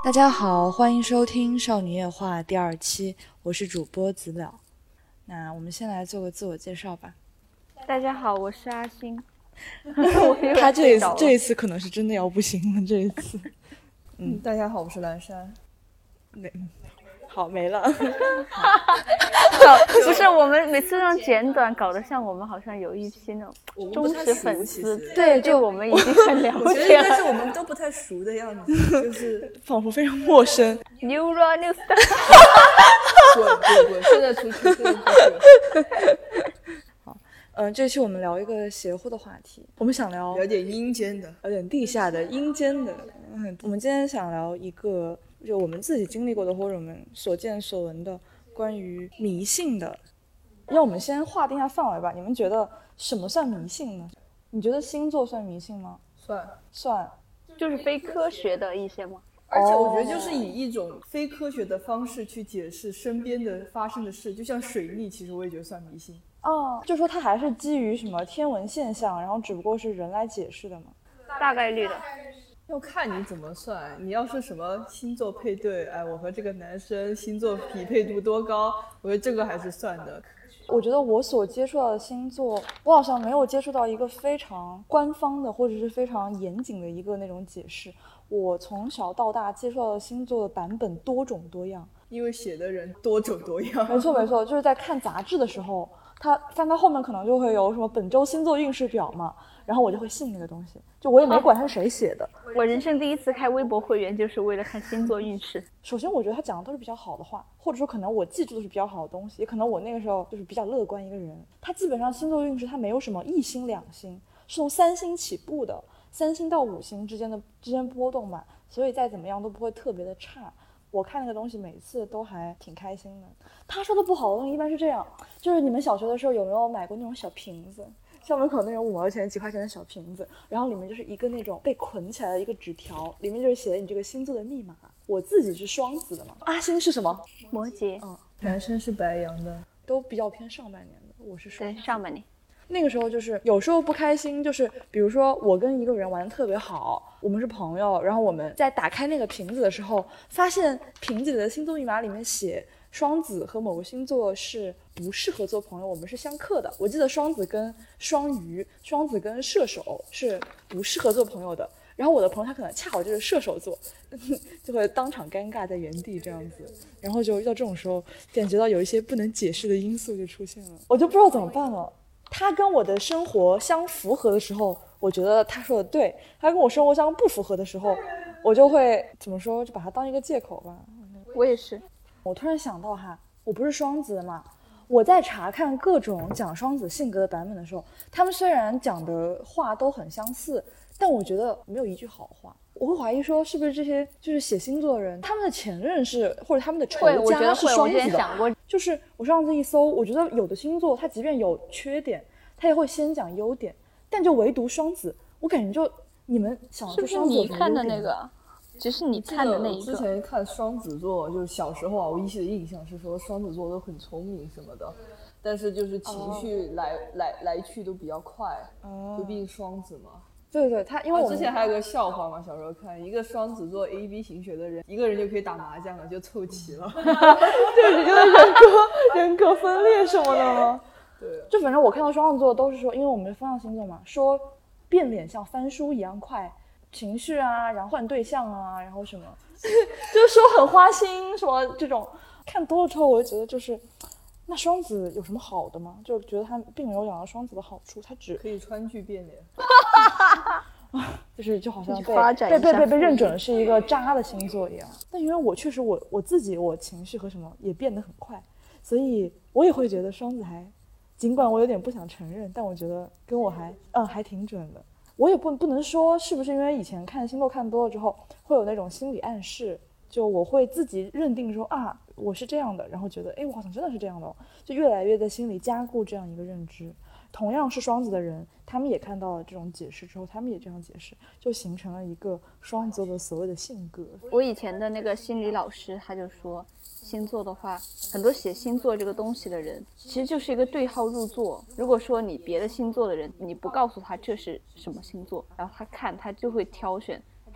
大家好，欢迎收听《少女夜话》第2期，我是主播子了。那我们先来做个自我介绍吧。 大家好，我是阿星。 他这一次可能是真的要不行了，这一次。 大家好，我是蓝山。 好，没了。 不是，我们每次这种简短搞得像我们好像有一批那种忠实粉丝，对，就我们已经很了解了。 但是我们都不太熟的样子，就是仿佛非常陌生。 New Run New Star。 滚！现在出去， 好，这期我们聊一个邪乎的话题，我们想聊点阴间的， 有点地下的、阴间的。我们今天想聊一个，就我们自己经历过的或者我们所见所闻的关于迷信的。让我们先划定一下范围吧，你们觉得什么算迷信呢？你觉得星座算迷信吗？算， 就是非科学的一些吗？ 而且我觉得就是以一种非科学的方式去解释身边的发生的事，就像水逆，其实我也觉得算迷信。 就说它还是基于什么天文现象，然后只不过是人来解释的嘛？ 大概率的。 要看你怎么算，你要是什么星座配对，我和这个男生星座匹配度多高，我觉得这个还是算的。 我觉得我所接触到的星座，我好像没有接触到一个非常官方的或者是非常严谨的一个那种解释。我从小到大接触到的星座的版本多种多样， 因为写的人多种多样。 没错，就是在看杂志的时候，他翻到后面可能就会有什么本周星座运势表嘛，然后我就会信那个东西，就我也没管它是谁写的。 我人生第一次开微博会员就是为了看星座运势。 首先我觉得他讲的都是比较好的话，或者说可能我记住的是比较好的东西，也可能我那个时候就是比较乐观一个人。他基本上星座运势他没有什么1星2星，是从3星起步的，3星到5星之间波动嘛，所以再怎么样都不会特别的差。我看那个东西每次都还挺开心的。他说的不好的东西一般是这样，就是你们小学的时候有没有买过那种小瓶子，校门口那种5毛钱几块钱的小瓶子，然后里面就是一个那种被捆起来的一个纸条，里面就是写了你这个星座的密码。我自己是双子的嘛，阿星是什么？ 摩羯。 男生是白羊的， 都比较偏上半年的。我是双子。 对，上半年。 那个时候就是有时候不开心，就是比如说我跟一个人玩得特别好，我们是朋友，然后我们在打开那个瓶子的时候，发现瓶子里的星座密码里面写双子和某个星座是不适合做朋友，我们是相克的。我记得双子跟双鱼、双子跟射手是不适合做朋友的，然后我的朋友他可能恰好就是射手座，就会当场尴尬在原地这样子，然后就遇到这种时候感觉到有一些不能解释的因素就出现了，我就不知道怎么办了。他跟我的生活相符合的时候，我觉得他说的对；他跟我生活相不符合的时候，我就会怎么说，就把它当一个借口吧。 我也是。 我突然想到我不是双子的嘛，我在查看各种讲双子性格的版本的时候，他们虽然讲的话都很相似，但我觉得没有一句好话。我会怀疑说，是不是这些就是写星座的人，他们的前任是或者他们的仇家是双子的？就是我上次一搜，我觉得有的星座它即便有缺点，它也会先讲优点，但就唯独双子，我感觉就你们想是不是你看的那个？只是你看的那一个。 之前看双子座，就是小时候我依稀的印象是说双子座都很聪明什么的，但是就是情绪来去都比较快，就毕竟双子嘛。 对，他因为我之前还有个笑话嘛，小时候看一个双子座 AB 型血的人，一个人就可以打麻将了，就凑齐了。 对，你觉得人格分裂什么的吗？ 对， 就反正我看到双子座都是说，因为我们是风象星座嘛，说变脸像翻书一样快，情绪啊，然后换对象啊，然后什么，就是说很花心什么这种。看多了之后，我就觉得就是那双子有什么好的吗？就觉得他并没有讲到双子的好处，他只可以川剧变脸， 就好像被认准是一个渣的星座一样。但因为我确实我自己我情绪和什么也变得很快，所以我也会觉得双子尽管我有点不想承认，但我觉得跟我还挺准的。我也不能说是不是因为以前看星座看多了之后会有那种心理暗示，就我会自己认定说我是这样的，然后觉得我好像真的是这样的，就越来越在心里加固这样一个认知。同样是双子的人，他们也看到了这种解释之后，他们也这样解释，就形成了一个双子座的所谓的性格。 我以前的那个心理老师他就说，星座的话，很多写星座这个东西的人其实就是一个对号入座。如果说你别的星座的人你不告诉他这是什么星座，然后他就会挑选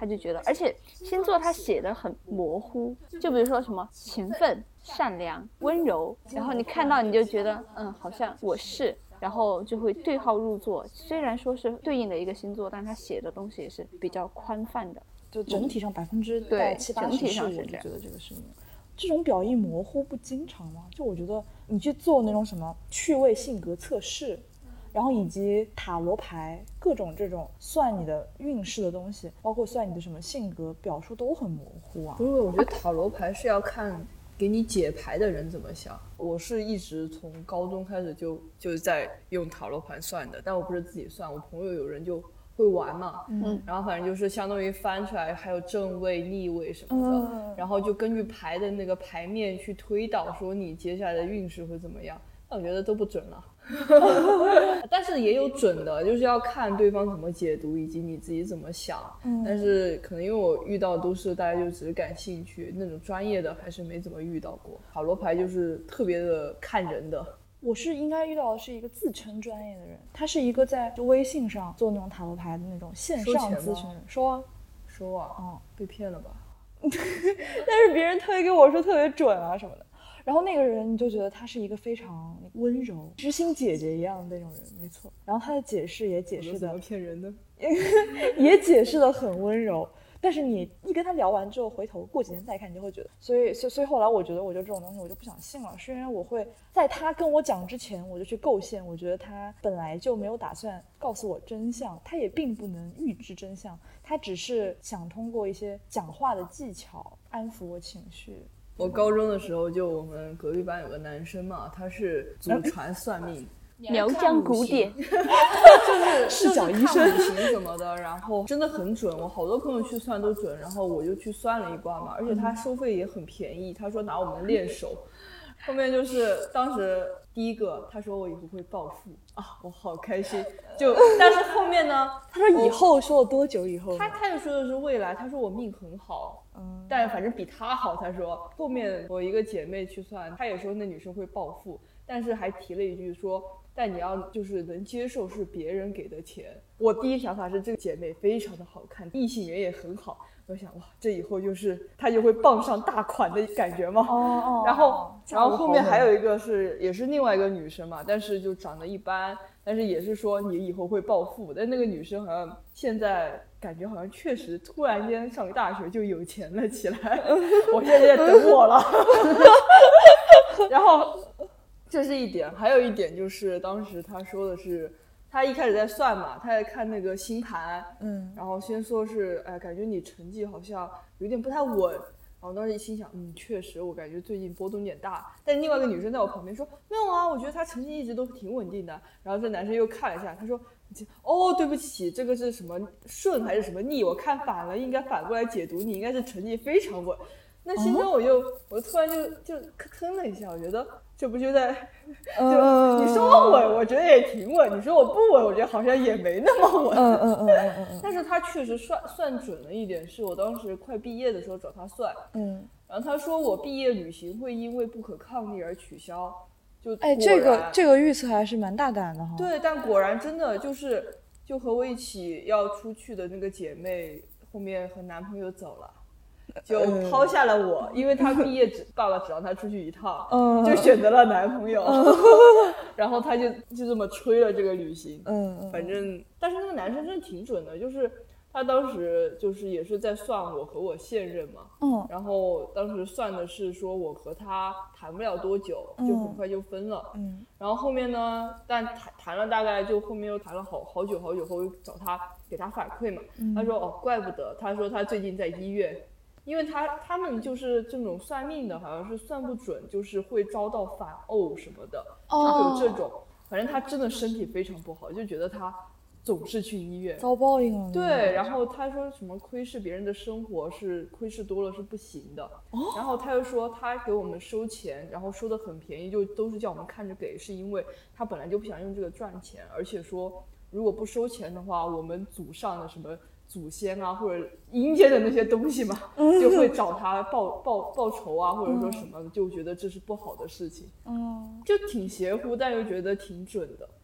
他就觉得，而且星座他写的很模糊，就比如说什么勤奋、善良、温柔，然后你看到你就觉得好像我是，然后就会对号入座。虽然说是对应的一个星座，但他写的东西也是比较宽泛的， 就整体上7%-80% 对， 是整体上我是这样。 觉得这个是这种表意模糊不经常吗？就我觉得你去做那种什么趣味性格测试，然后以及塔罗牌各种这种算你的运势的东西，包括算你的什么性格表述都很模糊啊。 不是，我觉得塔罗牌是要看给你解牌的人怎么想。我是一直从高中开始就在用塔罗牌算的，但我不是自己算，我朋友有人就会玩嘛，然后反正就是相当于翻出来还有正位逆位什么的，然后就根据牌的那个牌面去推导说你接下来的运势会怎么样。但我觉得都不准了但是也有准的，就是要看对方怎么解读以及你自己怎么想。但是可能因为我遇到都是大家就只是感兴趣，那种专业的还是没怎么遇到过。塔罗牌就是特别的看人的。 我是应该遇到的是一个自称专业的人，他是一个在微信上做那种塔罗牌的那种线上咨询的人。 收啊，被骗了吧但是别人推给我说特别准啊什么的，然后那个人你就觉得他是一个非常温柔知心姐姐一样的那种人，没错。然后他的解释也解释的骗人的也解释的很温柔，但是你一跟他聊完之后，回头过几年再看，你就会觉得，所以后来我觉得这种东西我就不想信了，是因为我会在他跟我讲之前，我就去构陷，我觉得他本来就没有打算告诉我真相，他也并不能预知真相，他只是想通过一些讲话的技巧安抚我情绪。 我高中的时候，就我们隔壁班有个男生嘛，他是祖传算命。 苗疆古典就是视角医生看五行什么的，然后真的很准，我好多朋友去算都准，然后我就去算了一卦嘛，而且他收费也很便宜，他说拿我们练手。后面就是当时第一个他说我以后会暴富啊，我好开心。但是后面呢， 他说以后说了多久以后？ 他就说的是未来，他说我命很好，但反正比他好。他说后面我一个姐妹去算，她也说那女生会暴富，但是还提了一句说，但你要就是能接受是别人给的钱。我第一想法是这个姐妹非常的好看，异性缘也很好，我想哇，这以后就是她就会傍上大款的感觉吗？然后后面还有一个也是另外一个女生嘛，但是就长得一般，但是也是说你以后会暴富，但那个女生好像现在感觉好像确实突然间上大学就有钱了起来我现在在等我了然后这是一点，还有一点就是当时他说的是他一开始在算嘛，他在看那个星盘，然后先说是感觉你成绩好像有点不太稳，然后当时心想确实我感觉最近波动有点大，但另外一个女生在我旁边说没有啊，我觉得他成绩一直都挺稳定的。然后这男生又看了一下，他说哦对不起，这个是什么顺还是什么逆，我看反了，应该反过来解读，你应该是成绩非常稳。那心中我突然就吭了一下，我觉得这不就在你说我稳我觉得也挺稳，你说我不稳我觉得好像也没那么稳但是他确实算准了一点，是我当时快毕业的时候找他算，然后他说我毕业旅行会因为不可抗力而取消， 这个预测还是蛮大胆的哈。 对，但果然真的就和我一起要出去的那个姐妹后面和男朋友走了，就抛下了我，因为她毕业爸爸只让她出去一趟，就选择了男朋友然后她就这么吹了这个旅行。反正但是那个男生真的挺准的，就是他当时就是也是在算我和我现任嘛，然后当时算的是说我和他谈不了多久，就很快就分了，然后后面呢，但谈了大概就后面又谈了好久后找他给他反馈嘛，他说哦怪不得，他说他最近在医院，因为他们就是这种算命的好像是算不准，就是会遭到反呕什么的，就会有这种，反正他真的身体非常不好，就觉得他总是去医院遭报应了。 对，然后他说什么窥视别人的生活是窥视多了是不行的，然后他又说他给我们收钱，然后收的很便宜，就都是叫我们看着给，是因为他本来就不想用这个赚钱，而且说如果不收钱的话，我们祖上的什么祖先啊或者阴间的那些东西嘛，就会找他报仇啊，或者说什么，就觉得这是不好的事情，就挺邪乎，但又觉得挺准的。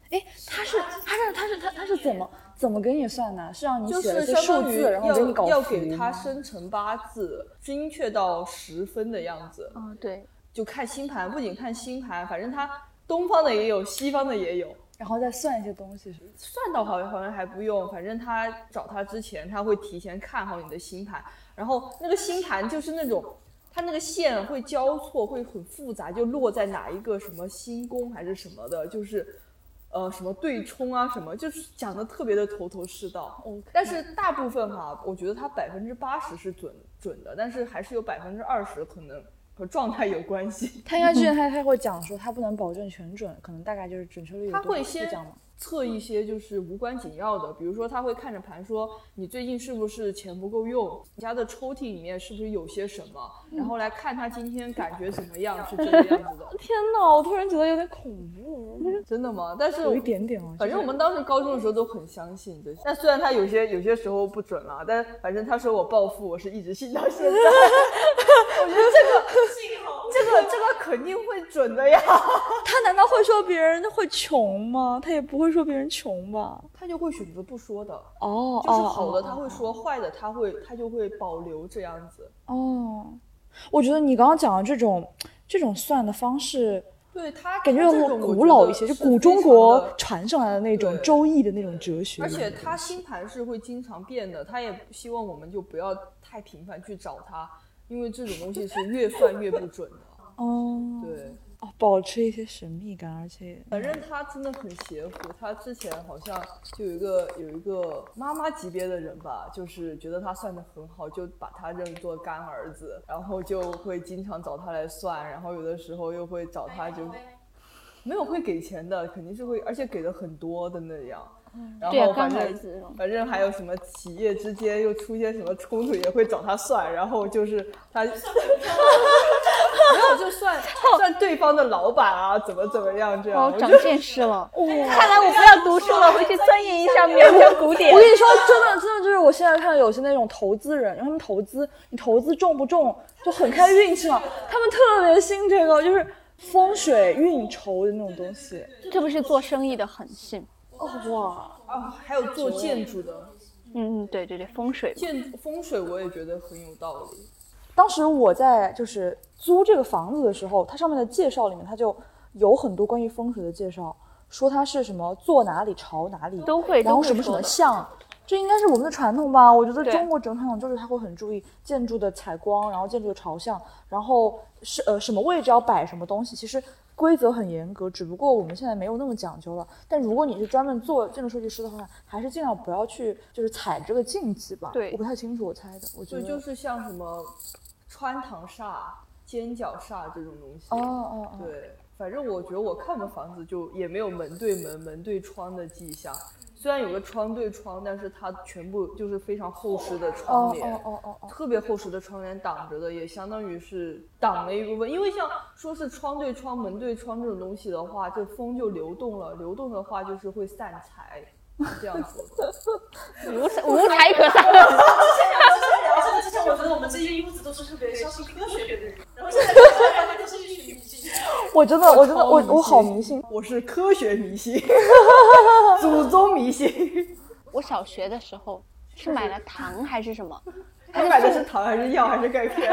哎，他是怎么给你算的？是让你就写了是些数字， 相当于然后给你搞要符给他吗生辰八字，精确到10分的样子。 对， 就看星盘，不仅看星盘，反正他东方的也有，西方的也有。 然后再算一些东西是吧？ 算到好像还不用，反正他找他之前，他会提前看好你的星盘，然后那个星盘就是那种，它那个线会交错，会很复杂，就落在哪一个什么星宫还是什么的，就是什么对冲啊什么，就是讲的特别的头头是道。但是大部分哈，我觉得它80%是准的，但是还是有20%可能和状态有关系。 他应该之前他会讲说他不能保证全准，可能大概就是准确率有多少， 他会先这样吗？ 测一些就是无关紧要的，比如说他会看着盘说你最近是不是钱不够用，你家的抽屉里面是不是有些什么，然后来看他今天感觉怎么样，是这个样子的。 天哪，我突然觉得有点恐怖。 真的吗？但是有一点点哦。 反正我们当时高中的时候都很相信这些，但虽然他有些时候不准了，但反正他说我暴富，我是一直信到现在。我觉得这个肯定会准的呀。 他难道会说别人会穷吗？他也不会说别人穷吧？ 他就会选择不说的。 哦， 就是好的他会说，坏的他就会保留这样子。 哦，我觉得你刚刚讲的这种算的方式， 对他感觉古老一些，就古中国传上来的那种周易的那种哲学。 而且他星盘是会经常变的，他也希望我们就不要太频繁去找他，因为这种东西是越算越不准的。 哦， 对。 保持一些神秘感，而且反正他真的很邪乎。他之前好像就有一个妈妈级别的人吧，就是觉得他算得很好，就把他认作干儿子，然后就会经常找他来算，然后有的时候又会找他就没有会给钱的，肯定是会，而且给的很多的那样。然后反正还有什么企业之间又出现什么冲突，也会找他算，然后就是他没有就算对方的老板啊，怎么样这样。 长见识了，看来我不要读书了，回去钻研一下苗疆古典。 我跟你说，真的就是我现在看有些那种投资人，然后他们你投资中不中就很看运气嘛，他们特别信这个，就是风水运筹的那种东西。 这不是做生意的很信。 还有做建筑的。 对，风水我也觉得很有道理。 当时我在就是租这个房子的时候，它上面的介绍里面它就有很多关于风水的介绍，说它是什么坐哪里朝哪里， 都会然后什么向，这应该是我们的传统吧。我觉得中国整传统就是它会很注意建筑的采光，然后建筑的朝向，然后什么位置要摆什么东西，其实规则很严格，只不过我们现在没有那么讲究了。但如果你是专门做建筑设计师的话，还是尽量不要去就是踩这个禁忌吧。 对， 我不太清楚，我猜的。我觉得就是像什么穿堂煞、尖角煞这种东西。对，反正我觉得我看的房子就也没有门对门、门对窗的迹象。虽然有个窗对窗，但是它全部就是非常厚实的窗帘，特别厚实的窗帘挡着的，也相当于是挡了一部分。因为像说是窗对窗、门对窗这种东西的话，这风就流动了，流动的话就是会散财，这样说的。 无财可散。 之前我觉得我们这一屋子都是特别相信科学的人，然后现在发现都是一群迷信。 我好迷信， 我是科学迷信，祖宗迷信。 我小学的时候是买了糖还是什么？ 你买的是糖还是药还是钙片？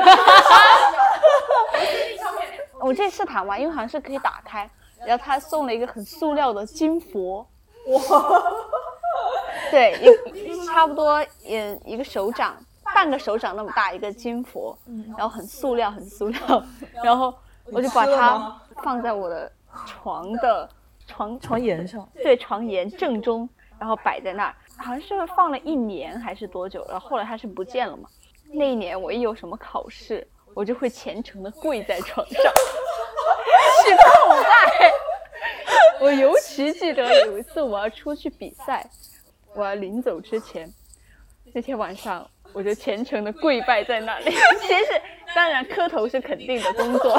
我这是糖吧，因为好像是可以打开，然后他送了一个很塑料的金佛。哇！对，差不多一个手掌，半个手掌那么大一个金佛，然后很塑料，然后我就把它放在我的床沿上， 对，床沿正中，然后摆在那儿，好像是放了1年还是多久，然后后来它是不见了嘛。那一年我一有什么考试，我就会虔诚的跪在床上去叩拜。我尤其记得有一次我要出去比赛，我要临走之前，那天晚上我就虔诚的跪拜在那里。其实当然磕头是肯定的工作。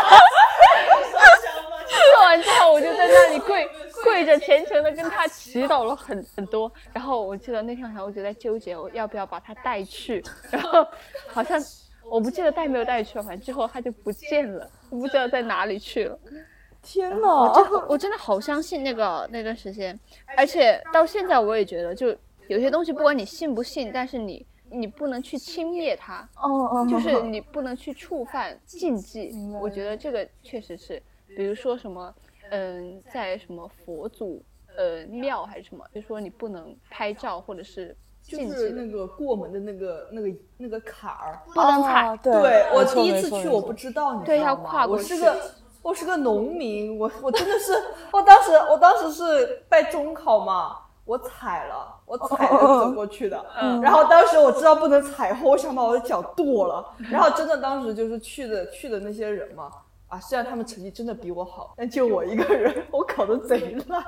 做完之后我就在那里跪着虔诚的跟他祈祷了很多。然后我记得那天晚上我就在纠结我要不要把他带去，然后好像我不记得带没有带去了，反正之后他就不见了，我不知道在哪里去了。 天哪！ 我真的好相信那个时间，而且到现在我也觉得，就有些东西不管你信不信，但是你不能去轻蔑它，就是你不能去触犯禁忌。我觉得这个确实是，比如说什么，在什么佛祖庙还是什么，就说你不能拍照或者是就是那个过门的那个坎儿， 不能踩。 对，我第一次去我不知道，你知道吗？ 对，要跨过去。 我是个农民，我真的是，我当时是拜中考嘛，我踩了走过去的，然后当时我知道不能踩后，我想把我的脚剁了，然后真的当时就是去的那些人嘛，啊，虽然他们成绩真的比我好，但就我一个人，我考得贼烂。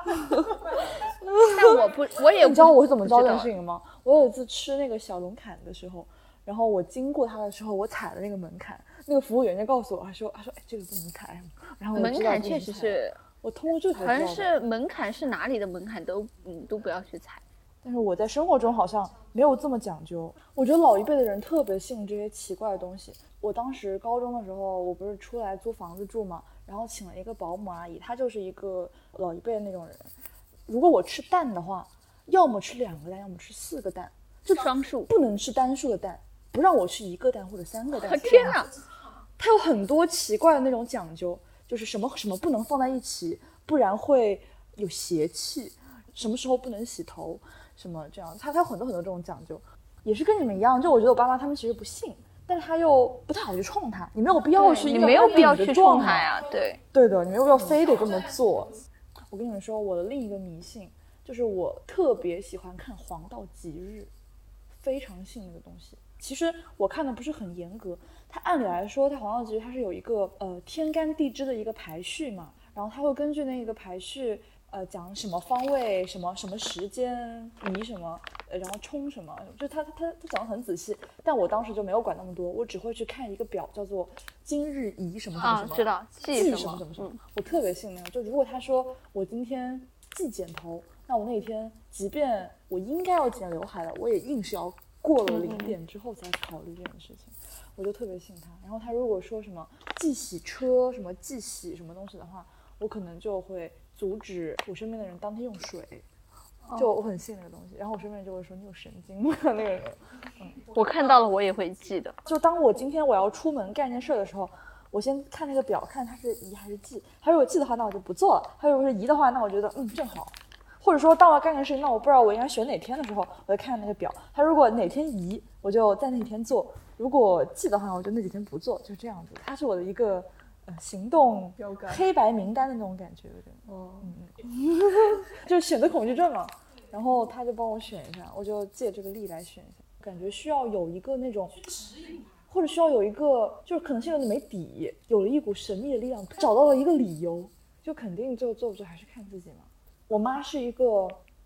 但我也你知道我是怎么知道这件事情吗？我有一次吃那个小龙坎的时候，然后我经过它的时候，我踩了那个门槛，那个服务员就告诉我，他说哎，这个不能踩，然后门槛确实是， 我通过这个好像是门槛是哪里的门槛都不要去踩。 但是我在生活中好像没有这么讲究。我觉得老一辈的人特别信这些奇怪的东西。我当时高中的时候，我不是出来租房子住嘛，然后请了一个保姆阿姨，她就是一个老一辈的那种人。如果我吃蛋的话，要么吃2个蛋，要么吃4个蛋， 就双数， 不能吃单数的蛋，不让我吃1个蛋或者3个蛋。 天啊！ 它有很多奇怪的那种讲究，就是什么不能放在一起，不然会有邪气。什么时候不能洗头，什么这样，它有很多这种讲究，也是跟你们一样。就我觉得我爸妈他们其实不信，但是他又不太好去冲他，你没有必要去， 你没有必要去冲他呀， 对的，你没有必要非得这么做。我跟你们说，我的另一个迷信就是我特别喜欢看黄道吉日，非常信那个东西。其实我看的不是很严格，它按理来说，它黄道吉日它是有一个天干地支的一个排序嘛，然后它会根据那个排序。讲什么方位，什么时间，宜什么，然后冲什么，就他讲得很仔细，但我当时就没有管那么多，我只会去看一个表，叫做今日宜什么什么什么， 知道忌什么什么什么，我特别信那个。就如果他说我今天忌剪头，那我那一天即便我应该要剪刘海了，我也硬是要过了0点之后才考虑这件事情，我就特别信他。然后他如果说什么忌洗车，什么忌洗什么东西的话，我可能就会阻止我身边的人当天用水，就我很信那个东西。然后我身边人就会说你有神经吗？那个人， 我看到了我也会记的。 就当我今天我要出门干件事的时候，我先看那个表，看它是宜还是忌。他如果忌的话，那我就不做了；他如果是宜的话，那我觉得正好。或者说当我要干件事，那我不知道我应该选哪天的时候，我就看那个表。他如果哪天宜，我就在那天做；如果忌的话，我就那几天不做，就这样子。它是我的一个。行动黑白名单的那种感觉，有点就是选择恐惧症嘛。然后他就帮我选一下，我就借这个例来选一下。感觉需要有一个那种，或者需要有一个，就是可能现在没底，有了一股神秘的力量，找到了一个理由，就肯定最后做不做还是看自己嘛。我妈是一个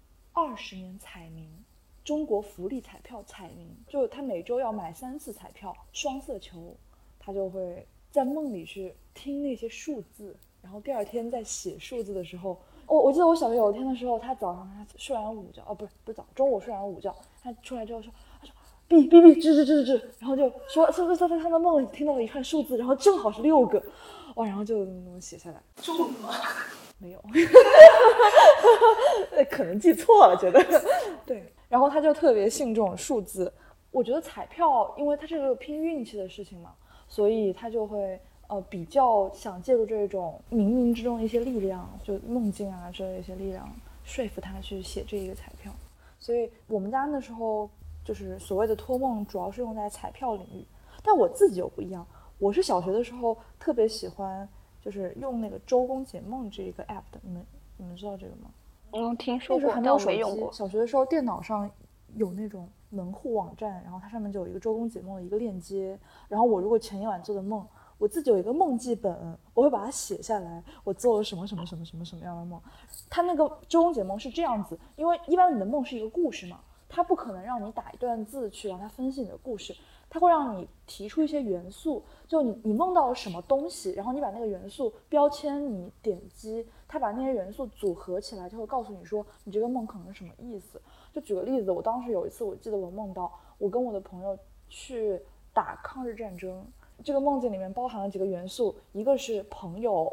20年彩民，中国福利彩票彩民，就她每周要买3次彩票，双色球，她就会。在梦里去听那些数字，然后第二天在写数字的时候，我记得我小学有一天的时候，他早上他睡完午觉，不是早，中午睡完午觉，他出来之后说，他说哔哔哔吱，然后就说他的梦里听到了一串数字，然后正好是6个，哇，然后就写下来。 中了吗？ 没有，可能记错了，觉得对。然后他就特别信这种数字，我觉得彩票，因为它是个拼运气的事情嘛。所以他就会比较想借助这种冥冥之中的一些力量，就梦境啊之类的一些力量，说服他去写这一个彩票。所以我们家那时候就是所谓的托梦，主要是用在彩票领域。但我自己又不一样，我是小学的时候特别喜欢，就是用那个周公解梦这个 app 的。你们知道这个吗？ 听说过， 那时候还没有手机。 没用过。 小学的时候电脑上有那种门户网站，然后它上面就有一个周公解梦的一个链接，然后我如果前一晚做的梦，我自己有一个梦记本，我会把它写下来，我做了什么样的梦。它那个周公解梦是这样子，因为一般你的梦是一个故事嘛，它不可能让你打一段字去让它分析你的故事，它会让你提出一些元素，就你梦到了什么东西，然后你把那个元素标签，你点击，它把那些元素组合起来，就会告诉你说你这个梦可能是什么意思。就举个例子，我当时有一次，我记得我梦到我跟我的朋友去打抗日战争，这个梦境里面包含了几个元素，一个是朋友，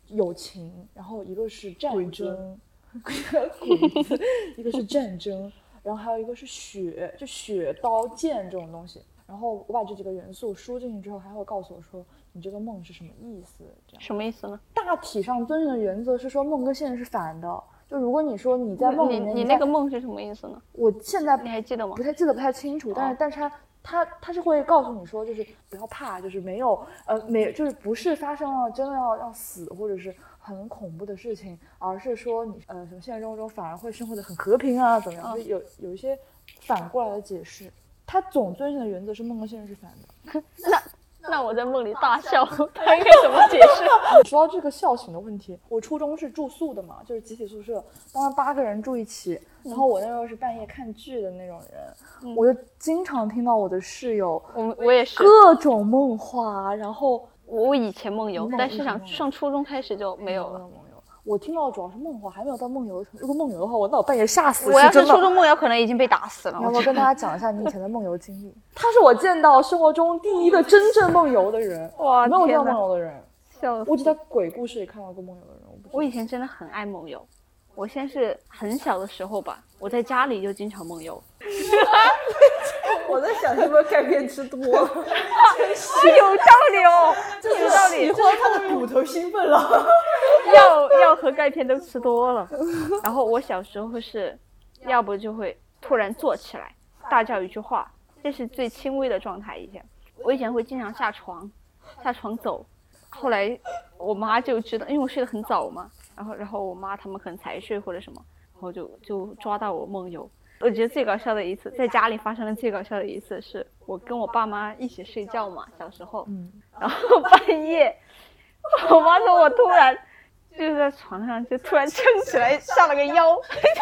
友情，然后一个是战争，鬼子，一个是战争，然后还有一个是血，就血刀剑这种东西。然后我把这几个元素输进去之后，还会告诉我说你这个梦是什么意思。这样什么意思呢？ 大体上遵循的原则是说梦跟现实是反的。就如果你说你在梦里面， 你那个梦是什么意思呢？ 我现在你还记得吗？ 不太记得不太清楚，但是他是会告诉你说，就是不要怕，就是没有就是不是发生了真的要死或者是很恐怖的事情，而是说你什么现实生活中反而会生活的很和平啊怎么样，就有一些反过来的解释。他总遵循的原则是梦跟现实是反的。 那我在梦里大笑，他应该怎么解释？ 说到这个笑醒的问题，我初中是住宿的嘛，就是集体宿舍，当时8个人住一起，然后我那时候是半夜看剧的那种人，我就经常听到我的室友， 我也是各种梦话，然后我以前梦游，但是上初中开始就没有了。 我听到主要是梦话，还没有到梦游。如果梦游的话，那我半夜吓死。 我要是初中梦游，可能已经被打死了。 要不要跟大家讲一下你以前的梦游经历？他是我见到生活中第一个真正梦游的人。 哇， 没有见到梦游的人， 笑死！ 我只在鬼故事里看到过梦游的人。 我以前真的很爱梦游。我先是很小的时候吧，我在家里就经常梦游。 我在想是不是钙片吃多了？ 有道理哦，有道理。 喜欢他的骨头兴奋了。 药和钙片都吃多了。然后我小时候是，要不就会突然坐起来，大叫一句话，这是最轻微的状态以前。我以前会经常下床走。后来我妈就知道，因为我睡得很早嘛，然后我妈他们可能才睡或者什么，然后就抓到我梦游。我觉得最搞笑的一次，在家里发生的最搞笑的一次，是我跟我爸妈一起睡觉嘛，小时候，然后半夜，我妈说我突然就是在床上就突然撑起来下了个腰，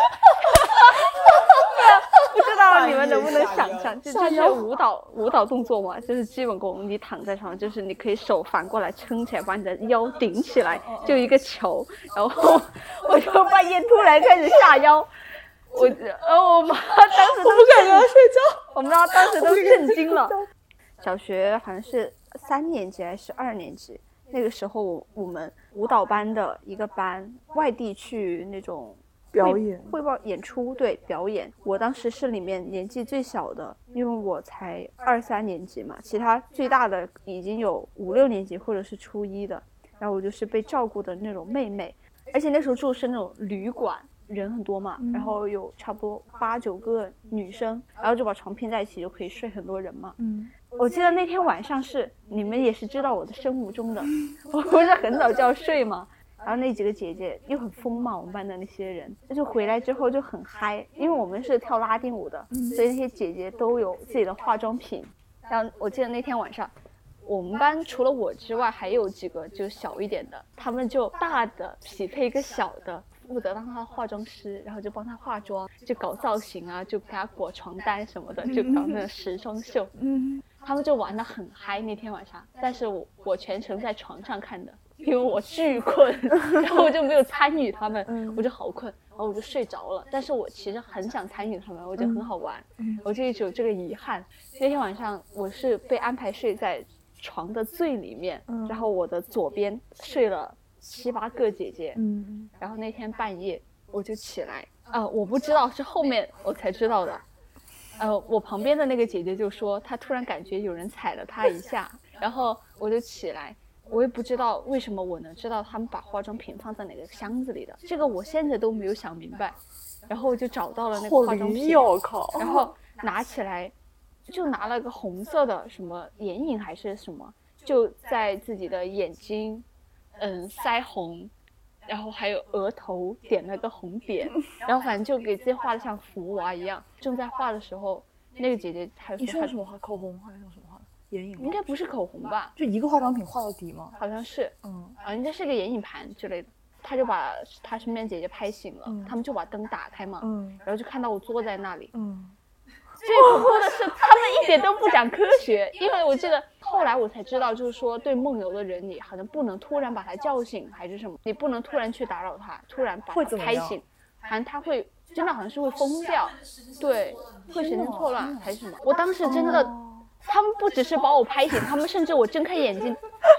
不知道你们能不能想象，就是舞蹈动作嘛，就是基本功，你躺在床上，就是你可以手反过来撑起来，把你的腰顶起来，就一个球，然后我就半夜突然开始下腰。然后我妈当时都不敢跟她睡觉，我妈当时都震惊了。小学好像是3年级还是2年级，那个时候我们舞蹈班的一个班外地去那种表演汇报演出，对，表演。我当时是里面年纪最小的，因为我才2、3年级嘛，其他最大的已经有5、6年级或者是初一的，然后我就是被照顾的那种妹妹，而且那时候住的是那种旅馆。人很多嘛，然后有差不多8、9个女生，然后就把床拼在一起，就可以睡很多人嘛。我记得那天晚上是你们也是知道我的生物钟的，我不是很早就要睡嘛，然后那几个姐姐又很疯嘛，我们班的那些人就回来之后就很嗨，因为我们是跳拉丁舞的，所以那些姐姐都有自己的化妆品。然后我记得那天晚上我们班除了我之外还有几个就小一点的，他们就大的匹配一个小的，负责当他的化妆师，然后就帮他化妆，就搞造型啊，就给他裹床单什么的，就搞那个时装秀。他们就玩得很嗨那天晚上，但是我全程在床上看的，因为我巨困，然后我就没有参与他们，我就好困，然后我就睡着了。但是我其实很想参与他们，我觉得很好玩，我就一直有这个遗憾。那天晚上我是被安排睡在床的最里面，然后我的左边睡了7、8个姐姐，然后那天半夜我就起来，我不知道，是后面我才知道的，我旁边的那个姐姐就说她突然感觉有人踩了她一下，然后我就起来，我也不知道为什么我能知道他们把化妆品放在哪个箱子里的，这个我现在都没有想明白，然后我就找到了那个化妆品，然后拿起来就拿了个红色的什么眼影还是什么，就在自己的眼睛腮红，然后还有额头点了个红点，然后反正就给自己画的像福娃一样。正在画的时候，那个姐姐还说：“ 你用什么画？口红还是用什么画的？眼影？ 应该不是口红吧？ 就一个化妆品画到底吗？ 好像是，应该是个眼影盘之类的。”他就把他身边姐姐拍醒了，他们就把灯打开嘛，然后就看到我坐在那里。最恐怖的是，他们一点都不讲科学，因为我记得后来我才知道，就是说对梦游的人，你好像不能突然把他叫醒，还是什么，你不能突然去打扰他，突然把他拍醒，好像他会真的好像是会疯掉，对，会神经错乱还是什么。我当时真的，他们不只是把我拍醒，他们甚至我睁开眼睛，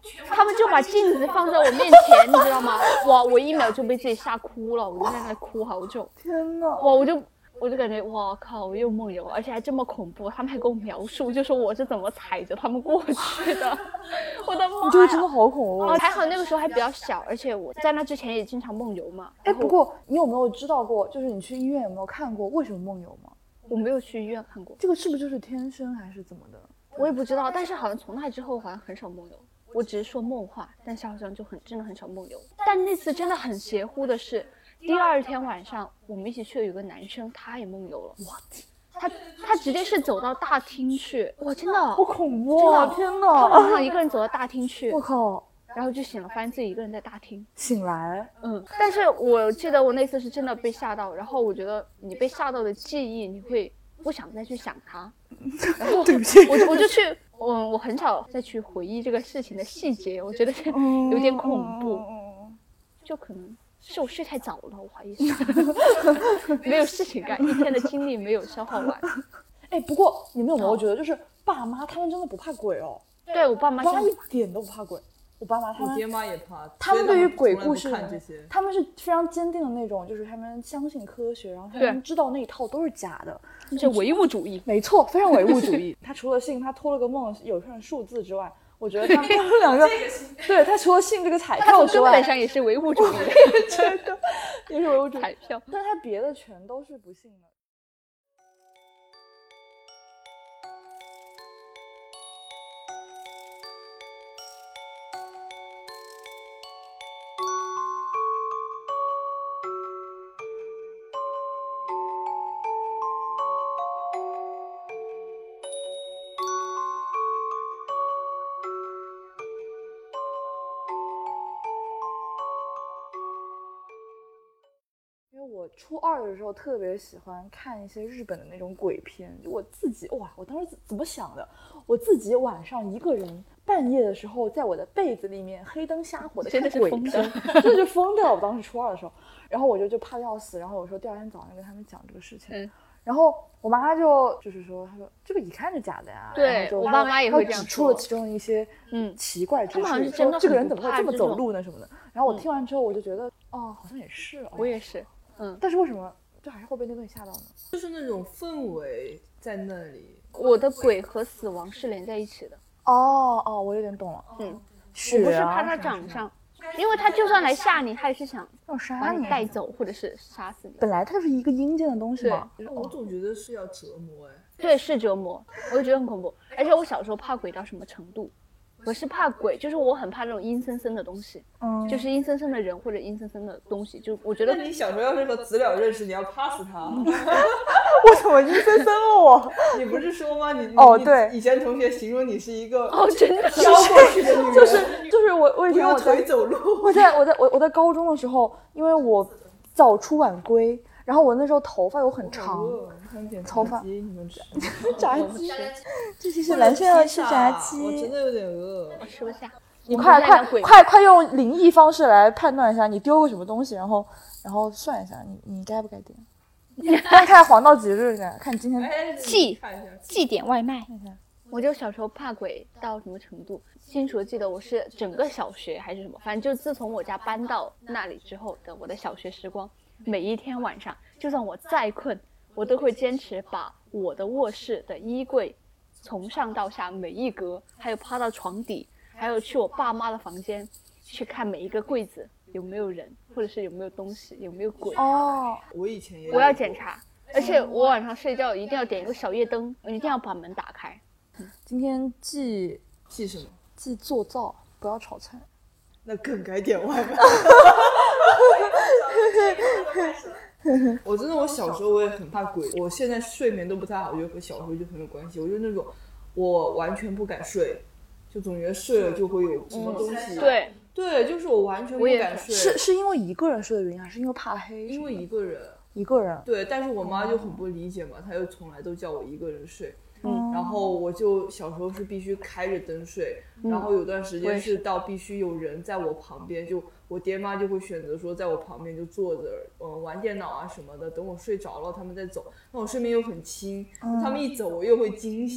他们就把镜子放在我面前，你知道吗？哇，我1秒就被自己吓哭了，我就在那哭好久。 天哪！ 哇，我就感觉哇靠，我又梦游，而且还这么恐怖。他们还给我描述，就说我是怎么踩着他们过去的。我的妈呀！ 这个真的好恐怖。 还好那个时候还比较小，而且我在那之前也经常梦游嘛。 哎，不过你有没有知道过，就是你去医院有没有看过为什么梦游吗？ 我没有去医院看过， 这个是不是就是天生还是怎么的？ 我也不知道，但是好像从那之后好像很少梦游。我只是说梦话，但是好像就真的很少梦游。但那次真的很邪乎的是，第2天晚上我们一起去的有个男生，他也梦游了。哇，他直接是走到大厅去，哇，真的好恐怖啊！天哪， 他晚上一个人走到大厅去， 我靠！ 然后就醒了，发现自己一个人在大厅。 醒来， 但是我记得我那次是真的被吓到，然后我觉得你被吓到的记忆，你会不想再去想它。然后对不起， 我就去，我很少再去回忆这个事情的细节，我觉得有点恐怖，就可能是我睡太早了，我怀疑是没有事情干，一天的精力没有消耗完。 哎，不过你们有没有觉得，就是爸妈他们真的不怕鬼哦？ 对我爸妈一点都不怕鬼。我爸妈他们， 我爹妈也怕， 他们对于鬼故事看这些， 他们是非常坚定的那种，就是他们相信科学，然后他们知道那一套都是假的， 这唯物主义， 没错，非常唯物主义。他除了信他托了个梦有串数字之外，我觉得他们两个，对他除了信这个彩票之外， 根本上也是唯物主义， 真的也是唯物主义彩票， 但他别的全都是不信的。我初2的时候特别喜欢看一些日本的那种鬼片，就我自己我当时怎么想的？我自己晚上一个人半夜的时候，在我的被子里面黑灯瞎火的看鬼片，真的就疯掉了。我当时初2的时候，然后我就怕要死，然后有时候第2天早上跟他们讲这个事情，然后我妈就是说，她说这个一看就假的呀。 对，我爸妈也会这样说， 指出了其中的一些奇怪之处， 他们好像是真的这个人怎么会这么走路呢什么的。然后我听完之后，我就觉得好像也是。 我也是。 但是为什么就还是会被那东西吓到呢？ 就是那种氛围在那里。 我的鬼和死亡是连在一起的。 我有点懂了。 我不是怕他长相，因为他就算来吓你，他也是想把你带走或者是杀死你。 本来它就是一个阴间的东西嘛。 我总觉得是要折磨哎。 对，是折磨，我就觉得很恐怖。而且我小时候怕鬼到什么程度？我是怕鬼，就是我很怕那种阴森森的东西，就是阴森森的人或者阴森森的东西，就我觉得。 那你小时候要是和子了认识，你要怕死他。 我怎么阴森森了我？ 你不是说吗？ 对， 以前同学形容你是一个真的飘过去的女人， 就是我以前我腿走路。 我在高中的时候，因为我早出晚归。然后我那时候头发又很长，头发炸鸡，这期是蓝轩要吃炸鸡， 我真的有点饿， 我吃不下。 你快用灵异方式来判断一下，你丢个什么东西，然后算一下你该不该点。看黄道吉日呢，看你今天寄点外卖。我就小时候怕鬼到什么程度，清楚的记得我是整个小学还是什么，反正就自从我家搬到那里之后的我的小学时光。每一天晚上，就算我再困，我都会坚持把我的卧室的衣柜从上到下每一格，还有趴到床底，还有去我爸妈的房间去看每一个柜子有没有人，或者是有没有东西，有没有鬼。 我以前也我要检查，而且我晚上睡觉一定要点一个小夜灯，我一定要把门打开。 今天记什么？ 记做灶，不要炒菜。 那更该点外卖。我真的，我小时候我也很怕鬼，我现在睡眠都不太好，我觉得和小时候就很有关系。我就那种我完全不敢睡，就总觉得睡了就会有什么东西。对，就是我完全不敢睡。 是因为一个人睡的原因，还是因为怕黑？ 因为一个人。 对， 但是我妈就很不理解嘛，她又从来都叫我一个人睡。然后我就小时候是必须开着灯睡，然后有段时间是到必须有人在我旁边，就我爹妈就会选择说在我旁边就坐着，玩电脑啊什么的，等我睡着了他们再走。那我睡眠又很轻，他们一走我又会惊醒，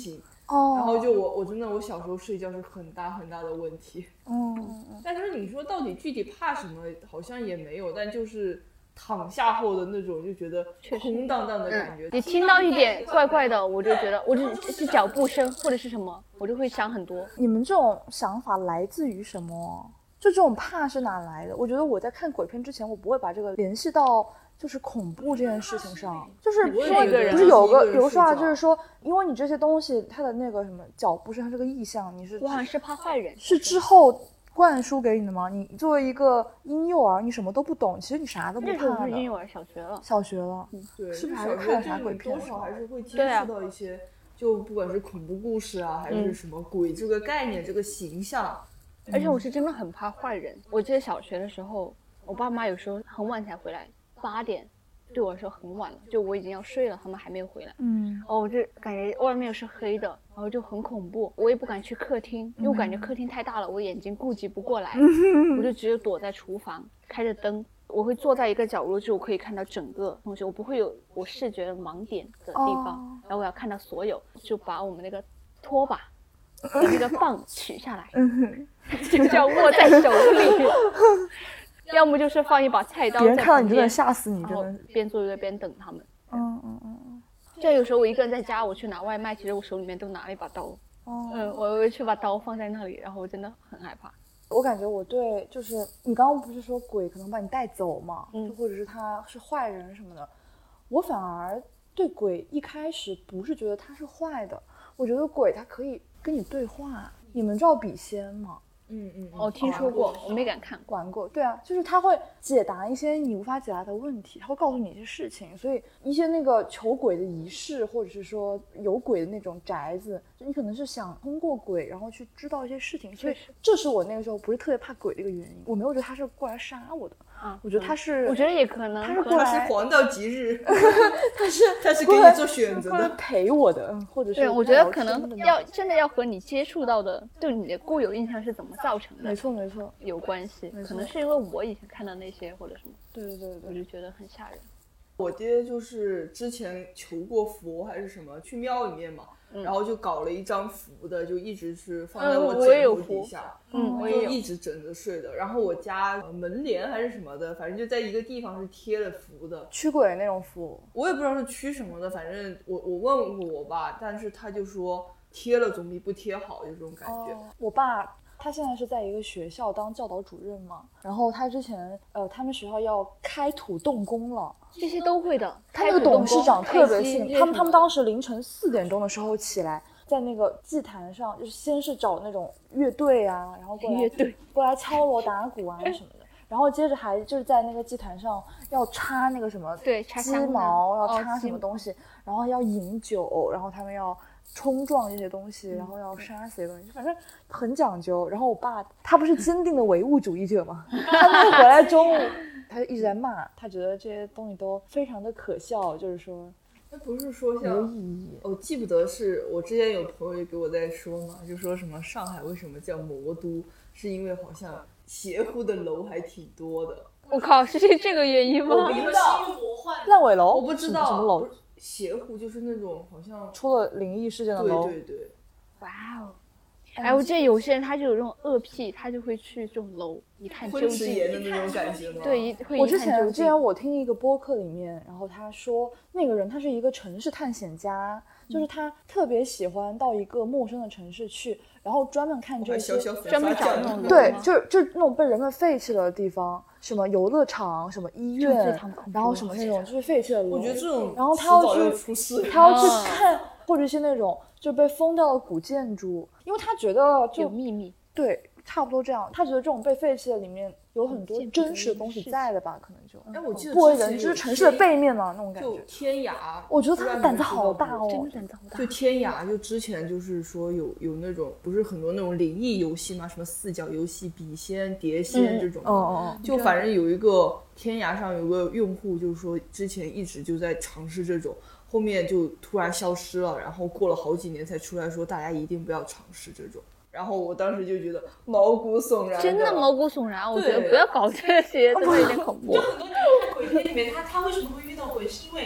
哦， 然后就我真的我小时候睡觉是很大很大的问题。 嗯， 但是你说到底具体怕什么，好像也没有，但就是躺下后的那种就觉得空荡荡的感觉。 你听到一点怪怪的，我就觉得我是脚步声或者是什么，我就会想很多。 你们这种想法来自于什么？就这种怕是哪来的？我觉得我在看鬼片之前，我不会把这个联系到就是恐怖这件事情上，就是我也觉得不是有个一个人比如说啊， 睡觉就是说，因为你这些东西它的那个什么脚步声，它这个意象，你是我好像是怕坏人， 是之后灌输给你的吗？你作为一个婴幼儿，你什么都不懂，其实你啥都不那时候怕的。 不是婴幼儿，小学了。 小学了， 对， 是不是还小学是看了啥就鬼片多少还是会接对啊触到一些，就不管是恐怖故事啊，还是什么鬼这个概念、这个形象。 而且我是真的很怕坏人。我记得小学的时候，我爸妈有时候很晚才回来，8点，对我来说很晚了，就我已经要睡了，他们还没有回来。我就感觉外面是黑的，然后就很恐怖。我也不敢去客厅，因为我感觉客厅太大了，我眼睛顾及不过来，我就只有躲在厨房，开着灯。我会坐在一个角落，就我可以看到整个东西，我不会有我视觉的盲点的地方，然后我要看到所有，就把我们那个拖把和那个棒取下来，就这样握在手里，要么就是放一把菜刀别人在看到你真的旁边， 吓死你， 然后真的。 边做一个边等他们。就有时候我一个人在家，我去拿外卖，其实我手里面都拿了一把刀。我会去把刀放在那里，然后我真的很害怕。 我感觉我对就是你刚刚不是说鬼可能把你带走嘛，就或者是他是坏人什么的，我反而对鬼一开始不是觉得他是坏的，我觉得鬼他可以跟你对话。你们知道笔仙吗？ 我听说过，我没敢看。 玩过，对啊，就是他会解答一些你无法解答的问题，他会告诉你一些事情，所以一些那个求鬼的仪式，或者是说有鬼的那种宅子，就你可能是想通过鬼，然后去知道一些事情，所以这是我那个时候不是特别怕鬼的一个原因。我没有觉得他是过来杀我的，我觉得他是， 我觉得也可能， 他是过他来是黄道吉日，他是给过来你做选择过来的。 陪我的，或者是对，我觉得聊可能天的那种要真的要和你接触到的，对你的固有印象是怎么造成的， 没错没错， 有关系。 错可能是因为我以前看到那些或者什么， 对对对我对， 就觉得很吓人。 我爹就是之前求过佛还是什么，去庙里面嘛，然后就搞了一张符的，就一直是放在我也枕头有符底下， 我也有。 就一直枕着睡的。然后我家门帘还是什么的，反正就在一个地方是贴了符的， 驱鬼那种符， 我也不知道是驱什么的，反正我问过我爸，但是他就说贴了总比不贴好，有这种感觉。 我爸他现在是在一个学校当教导主任嘛，然后他之前他们学校要开土动工了， 这些都会的。 他那个董事长特别信信，他们当时凌晨4点钟的时候起来，在那个祭坛上，就是先是找那种乐队啊，然后过来敲锣打鼓啊什么的，然后接着还就是在那个祭坛上要插那个什么鸡对插香的毛，要哦插什鸡么东西，然后要饮酒，然后他们要冲撞这些东西，然后要杀死这些东西，反正很讲究。然后我爸他不是坚定的唯物主义者吗？他那回来中午他就一直在骂，他觉得这些东西都非常的可笑，就是说那不是说没有像意义。 我记不得是我之前有朋友给我在说嘛，就说什么上海为什么叫魔都，是因为好像邪乎的楼还挺多的。 我靠，是这个原因吗？ 你们是因为魔幻烂尾楼， 我不知道什么楼不是邪乎就是那种好像出了灵异事件的楼， 对对对， 哇哦！哎，我记得有些人他就有这种恶癖，他就会去这种楼一探究昆池竟。 岩的那种感觉吗？ 对，会我一探究竟。 之前我听一个播客里面，然后他说那个人他是一个城市探险家，就是他特别喜欢到一个陌生的城市去，然后专门看这些， 专门找那种楼对吗， 就是那种被人们废弃了的地方，什么游乐场、什么医这种院非常恐，怖然后什么那种就是废弃的楼。 我觉得这种然后他迟早要要去出事。 他要去看，或者是那种就被封掉的古建筑，因为他觉得有就秘密。 对，差不多这样。他觉得这种被废弃的里面有很多真实的东西在的吧，可能就哎，我记得不为之前有人知，城市的背面嘛那种感就觉。 天涯， 我觉得他胆子好大哦， 真的胆子好大。 就天涯，就之前就是说有那种不是很多那种灵异游戏嘛，什么4角游戏、笔仙、碟仙这种。就反正有一个天涯上有个用户，就是说之前一直就在尝试这种，后面就突然消失了，然后过了好几年才出来说大家一定不要尝试这种。然后我当时就觉得毛骨悚然， 真的毛骨悚然，我觉得对不要搞这些，真的有点恐怖。 就。很多人看鬼片里面，他为什么会遇到鬼，是因为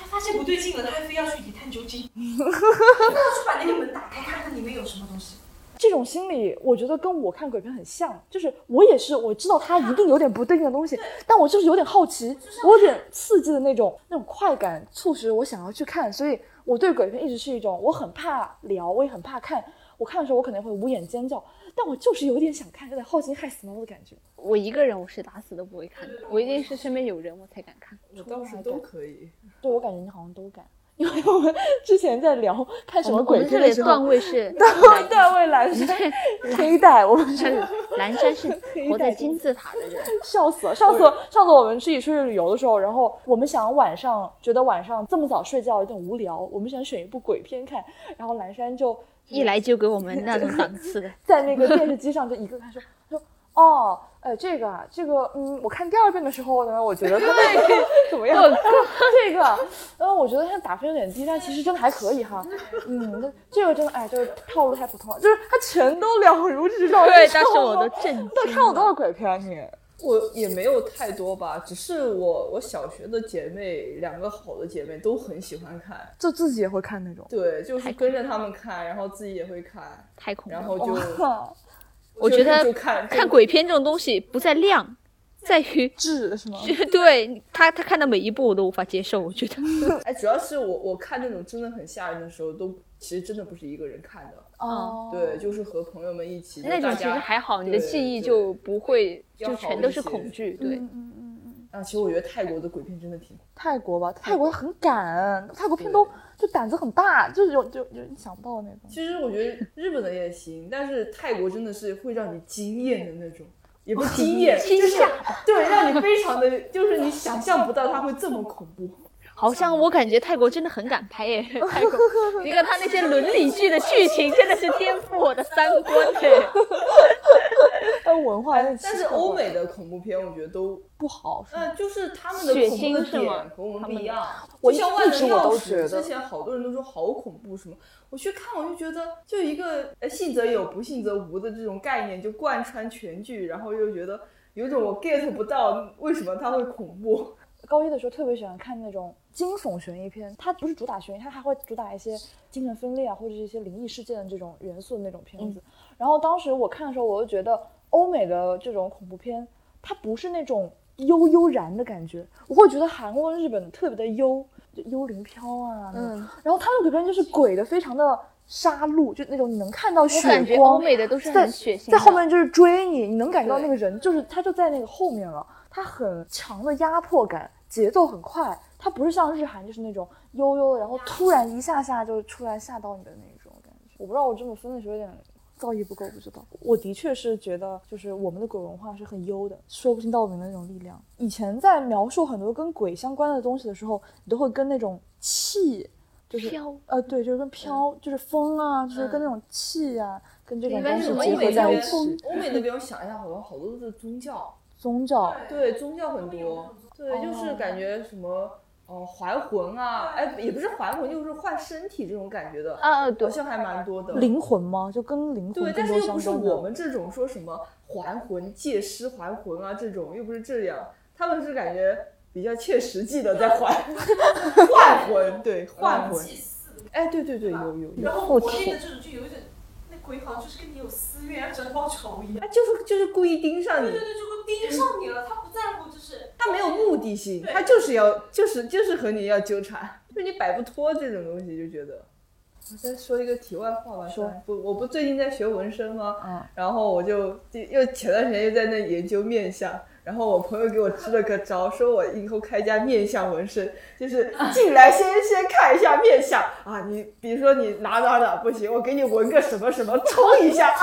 他发现不对劲了，他还非要去一探究竟，他要去把那个门打开，看看里面有什么东西。 这种心理我觉得跟我看鬼片很像，就是我也是，我知道它一定有点不对劲的东西，但我就是有点好奇，我有点刺激的那种快感促使我想要去看，所以我对鬼片一直是一种我很怕聊，我也很怕看，我看的时候我可能会捂眼尖叫，但我就是有点想看，有点好奇害死猫的感觉。 我一个人我是打死都不会看的，我一定是身边有人我才敢看。 我倒是都可以。 对，我感觉你好像都敢。因为我们之前在聊看什么鬼我们这里片的时候， 段位是段位蓝山黑带，我们是蓝山是活在金字塔的人， 笑死了。上次我们一起出去旅游的时候，然后我们想觉得晚上这么早睡觉有点无聊，我们想选一部鬼片看，然后蓝山就一来就给我们那种档次的， 在那个电视机上就一个看说哦，这个我看第二遍的时候呢，我觉得它怎么样？这个，我觉得它打分有点低，但其实真的还可以哈。这个真的，就是套路太普通了，就是它全都了如指掌。 对，但是我都震惊。 都看了多少鬼片你？ 我也没有太多吧，只是我小学的姐妹2个好的姐妹都很喜欢看， 就自己也会看那种。 对，就是跟着他们看，然后自己也会看， 太恐怖了。 然后就。 我觉得就看鬼片这种东西不在量，在于质是吗？ 对他看的每一部我都无法接受，我觉得。 主要是我看那种真的很吓人的时候，都其实真的不是一个人看的。 哦， 对，就是和朋友们一起。 那种其实还好，你的记忆就不会就全都是恐惧。对。 其实我觉得泰国的鬼片真的挺泰国吧，泰国很敢，泰国片都就胆子很大，就是有你想不到的那种。 其实我觉得日本的也行，但是泰国真的是会让你惊艳的那种，也不是惊艳，就是对，让你非常的，就是你想象不到它会这么恐怖。 好像我感觉泰国真的很敢拍耶，泰国，你看他那些伦理剧的剧情真的是颠覆我的三观耶。 文化， 但是欧美的恐怖片我觉得都不好， 就是他们的恐怖的点和我们不一样。 我像万能钥匙， 之前好多人都说好恐怖什么，我去看我就觉得就一个信则有不信则无的这种概念就贯穿全剧，然后又觉得有种我 get 不到为什么它会恐怖。 高一的时候特别喜欢看那种惊悚悬疑片，它不是主打悬疑，它还会主打一些精神分裂啊，或者是一些灵异事件的这种元素的那种片子。然后当时我看的时候，我就觉得欧美的这种恐怖片，它不是那种悠然的感觉，我会觉得韩国、日本特别的幽灵飘啊，然后他们鬼片就是鬼的非常的杀戮，就那种你能看到血光， 我感觉欧美的都是很血腥的， 在后面就是追你能感觉到那个人就是他就在那个后面了，他很强的压迫感，节奏很快，它不是像日韩就是那种悠悠的，然后突然一下就出来吓到你的那种感觉。我不知道我这么分的时候有点造诣不够，不知道。我的确是觉得就是我们的鬼文化是很幽的，说不清道不明的那种力量。以前在描述很多跟鬼相关的东西的时候，你都会跟那种气就是飘， 对，就是跟飘，就是风啊，就是跟那种气啊，跟这种东西结结合在一起。 欧美那边我想一下，好像好多都是宗教，对，宗教很多，对，就是感觉什么还魂啊，也不是还魂，就是换身体这种感觉的对， 好像还蛮多的。 灵魂吗？就跟灵魂对，但是又不是我们这种说什么还魂、借尸还魂啊，这种又不是这样，他们是感觉比较切实际的在换魂，对，换魂。对，有。 然后国内的这种就有点，那鬼好像就是跟你有私怨，想报仇一样。 就是故意盯上你。 对，就盯上你了，他不在乎，就是他没有目的性，他就是和你要纠缠，就你摆不脱这种东西，就觉得。我再说一个题外话吧，我不最近在学纹身吗？然后我就又前段时间又在那研究面相，然后我朋友给我支了个招，说我以后开家面相纹身，就是进来先看一下面相啊，你比如说你哪不行，我给你纹个什么什么冲一下。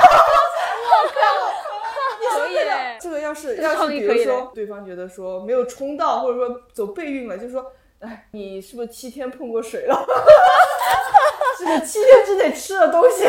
可以， 这个要是比如说对方觉得说没有冲到，或者说走背运了，就说你是不是7天碰过水了？是不是7天之内吃了东西？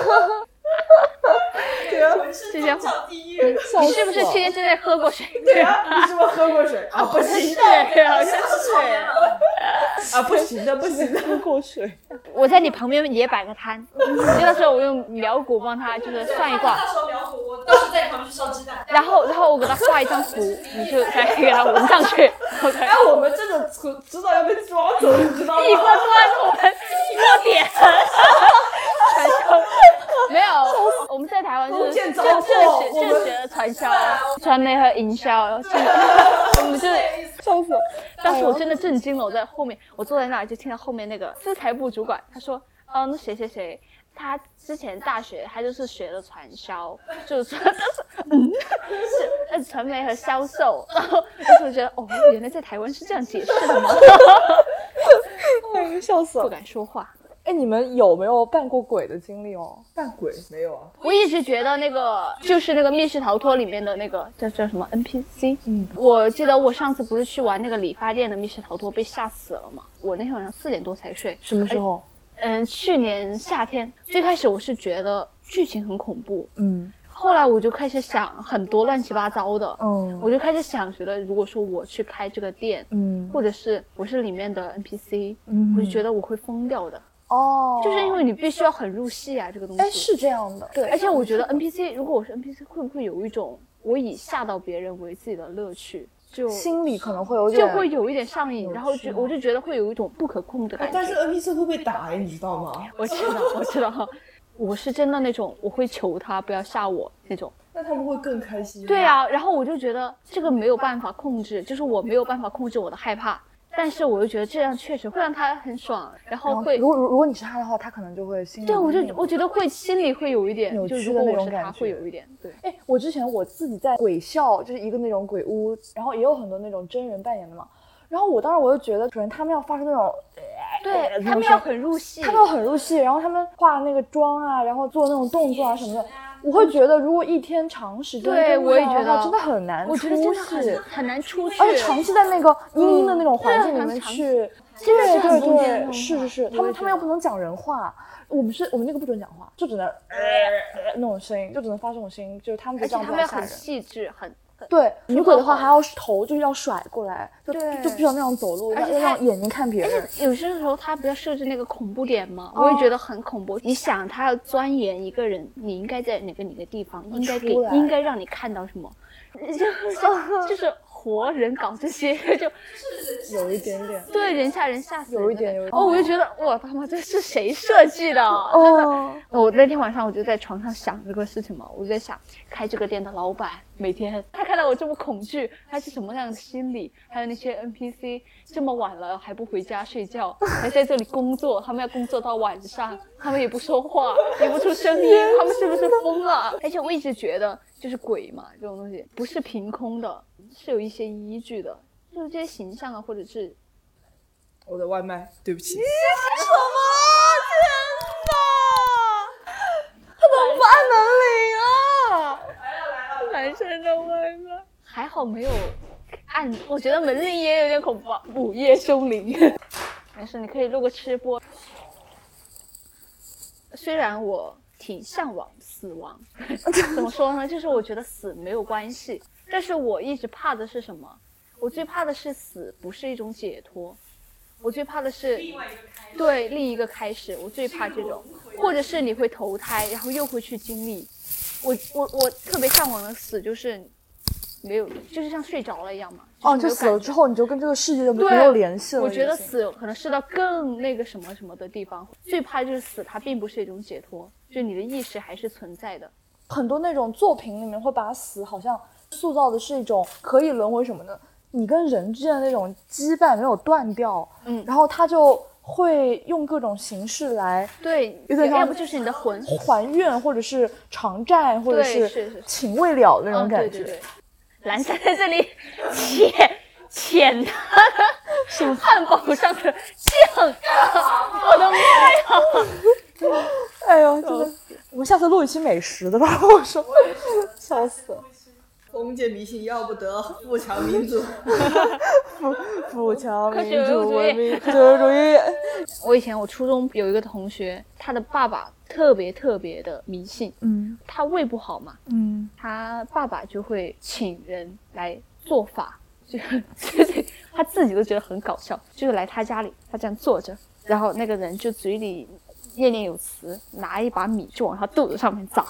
对啊， 这些话地狱。 你是不是7天之内喝过水？ 对啊，你是不是喝过水啊？不行的， 好像是不行的， 喝过水。 我在你旁边也摆个摊，那时候我用苗骨帮他就是算一卦。 到时候苗骨，我到时候在你旁边去烧鸡蛋。 然后我给他画一张符，你就再给他纹上去。 哎，我们这种迟早要被抓走，你知道吗？ 一波端我们一波点。传销没有，我们在台湾就是就学了传销、传媒和营销，我们就是笑死了。 当时我真的震惊了，我在后面，我坐在那儿就听到后面那个资财部主管他说，那谁谁谁，他之前大学他就是学了传销，就是说是传媒和销售，然后我就觉得原来在台湾是这样解释的吗？ 笑死了， 不敢说话。 哎，你们有没有扮过鬼的经历哦？ 扮鬼没有啊？ 我一直觉得那个就是那个密室逃脱里面的那个叫什么 NPC。我记得我上次不是去玩那个理发店的密室逃脱，被吓死了嘛。我那天晚上4点多才睡。 什么时候？ 去年夏天。最开始我是觉得剧情很恐怖，后来我就开始想很多乱七八糟的，我就开始想，觉得如果说我去开这个店，或者是我是里面的 NPC，我就觉得我会疯掉的。就是因为你必须要很入戏啊，这个东西。 哎，是这样的，对。 而且我觉得 NPC， 如果我是 NPC， 会不会有一种我以吓到别人为自己的乐趣，就心里可能会有点， 就会有一点上瘾，然后我就觉得会有一种不可控的感觉。 但是 NPC 会被打，你知道吗？ 我知道，我是真的那种我会求他不要吓我那种。 那他们会更开心。 对啊，然后我就觉得这个没有办法控制，就是我没有办法控制我的害怕。但是我又觉得这样确实会让他很爽，然后会如果你是他的话，他可能就会心里对我觉得会心里会有一点扭曲的那种感觉， 会有一点对。 哎，我之前我自己在鬼校，就是一个那种鬼屋，然后也有很多那种真人扮演的嘛。然后我当时我就觉得，首先他们要发出那种， 对他们要很入戏， 然后他们化那个妆啊，然后做那种动作啊什么的。我会觉得，如果一天长时间对我也觉得真的很难出戏， 我觉得真的很难出去， 而且长期在那个阴的那种环境里面去，对，是，他们又不能讲人话，我们那个不准讲话，就只能那种声音，就只能发这种声音，就是他们就这样子吓人。 而且他们很细致， 对，女鬼的话还要头就是要甩过来，就必须要那样走路，要让眼睛看别人。 有些时候他不要设置那个恐怖点吗？我也觉得很恐怖。你想他要钻研一个人，你应该在哪个地方，应该让你看到什么，就是活人搞这些就有一点点， 对，人吓人吓死人， 有一点。 我就觉得我他妈这是谁设计的？我那天晚上我就在床上想这个事情嘛，我就在想开这个店的老板每天他看到我这么恐惧，他是什么样的心理？还有那些 NPC 这么晚了还不回家睡觉，还在这里工作，他们要工作到晚上，他们也不说话，也不出声音，他们是不是疯了？而且我一直觉得就是鬼嘛，这种东西不是凭空的，是有一些依据的，就是这些形象啊，或者是我的外卖，对不起。 什么？他怎么不按门铃啊？ 男生的外卖还好没有按，我觉得门铃也有点恐怖啊，午夜凶铃。没事，你可以录个吃播。虽然我挺向往死亡，怎么说呢？就是我觉得死没有关系，但是我一直怕的是什么？我最怕的是死不是一种解脱，我最怕的是另一个开始，我最怕这种，或者是你会投胎，然后又会去经历。我特别向往的死就是没有，就是像睡着了一样嘛。 就死了之后你就跟这个世界就没有联系了。 我觉得死可能是到更那个什么什么的地方，最怕就是死，它并不是一种解脱，就你的意识还是存在的。 很多那种作品里面会把死好像塑造的是一种可以轮回什么的，你跟人之间的那种羁绊没有断掉，然后他就会用各种形式来， 对， 有点像要不就是你的魂还愿，或者是偿债，或者是情未了那种感觉。 对，蓝山在这里舔他的汉堡上的酱，我的妈呀！ 哎呦，真的，我们下次录一期美食的吧，我说，笑死了。 封建迷信要不得，富强民主， 富强民主文明自由主义。 我初中有一个同学，他的爸爸特别的迷信，他胃不好嘛，他爸爸就会请人来做法，就是他自己都觉得很搞笑，就是来他家里，他这样坐着，然后那个人就嘴里念念有词，拿一把米就往他肚子上面砸。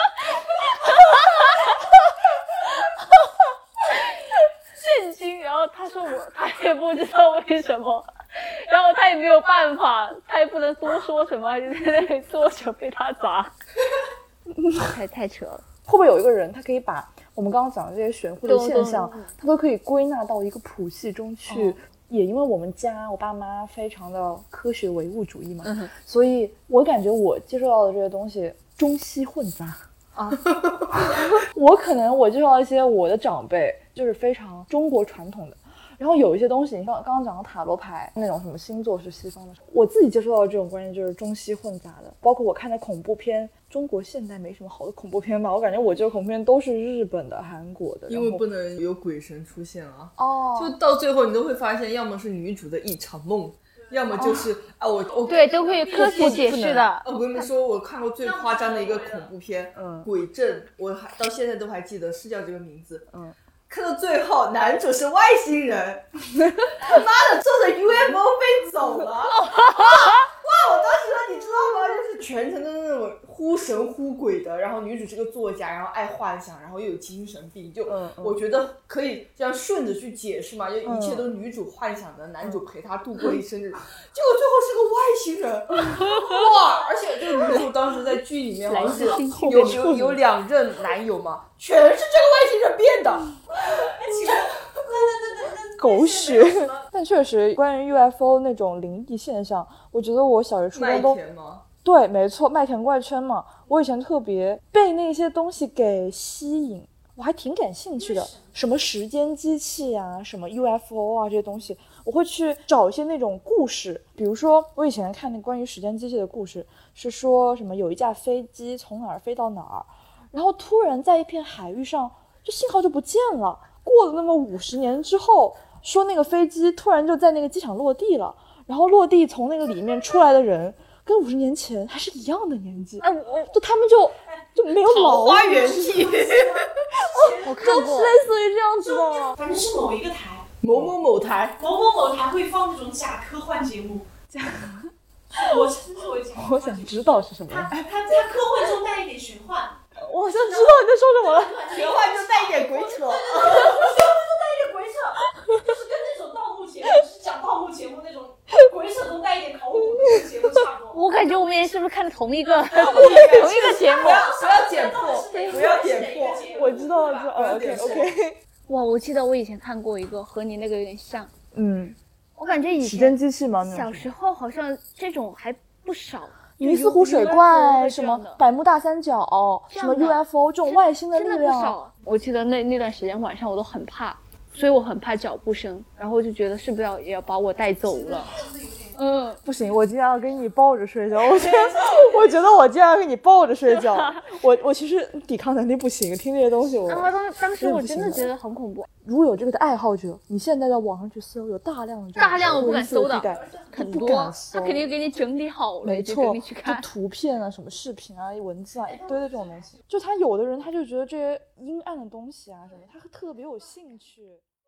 震惊，然后他也不知道为什么，然后他也没有办法，他也不能多说什么，就在那里坐着被他砸，太扯了。 会不会有一个人，他可以把我们刚刚讲的这些玄乎的现象，他都可以归纳到一个谱系中去？也因为我们家我爸妈非常的科学唯物主义嘛，所以我感觉我接触到的这些东西中西混杂啊。我接触到一些我的长辈就是非常中国传统的，然后有一些东西，你刚刚讲的塔罗牌那种什么星座是西方的，我自己接触到的这种观念就是中西混杂的。包括我看的恐怖片，中国现代没什么好的恐怖片吧，我感觉我这个恐怖片都是日本的、韩国的， 因为不能有鬼神出现啊。 哦， 就到最后你都会发现，要么是女主的一场梦，要么就是我对都会科学解释的。 我跟你们说，我看过最夸张的一个恐怖片，鬼阵，我到现在都还记得，是叫这个名字。看到最后，男主是外星人，他妈的坐着 UFO 飞走了。哇！我当时你知道吗？就是全程的那种忽神忽鬼的，然后女主是个作家，然后爱幻想，然后又有精神病，就我觉得可以这样顺着去解释嘛，就一切都女主幻想的，男主陪她度过一生的，结果最后是个外星人。哇！而且这个女主当时在剧里面好像是有2任男友嘛，全是这个外星人变的。 狗血。但确实关于 UFO 那种灵异现象，我觉得我小学初中都麦田吗？ 对，没错，麦田怪圈嘛，我以前特别被那些东西给吸引，我还挺感兴趣的，什么时间机器啊，什么 UFO 啊，这些东西我会去找一些那种故事。比如说我以前看那关于时间机器的故事，是说什么有一架飞机从哪儿飞到哪儿，然后突然在一片海域上这信号就不见了，过了那么50年之后，说那个飞机突然就在那个机场落地了，然后落地从那个里面出来的人跟50年前还是一样的年纪，就他们就没有老。 花园记。 我看过， 类似于这样子的， 反正是某一个台， 某某某台， 某某某台会放那种假科幻节目。我称之为假科幻。 我想知道是什么。 它科幻中带一点玄幻。 我想知道你在说什么了。 玄幻就带一点鬼扯。 鬼扯，就是跟那种盗墓节目，就是讲盗墓节目那种鬼扯中带一点考古的节目差不多。 我感觉我们也是不是看的同一个节目？ 不要剪破，不要剪破。 我知道了，OK。 哇，我记得我以前看过一个和你那个有点像。我感觉以前时间机器吗？ 小时候好像这种还不少。 尼斯湖水怪，什么百慕大三角，什么 UFO 这种外星的力量。 我记得那段时间晚上我都很怕，所以我很怕脚步声，然后就觉得是不是也要把我带走了。 不行，我今天要跟你抱着睡觉。我觉得我今天要跟你抱着睡觉。我其实抵抗能力不行，听这些东西我。 当时我真的觉得很恐怖。 如果有这个的爱好者，你现在在网上去搜，有大量我不敢搜的，很多，他肯定给你整理好了， 没错， 就图片啊、什么视频啊、文字啊，一堆的这种东西。就他有的人，他就觉得这些阴暗的东西啊什么，他特别有兴趣。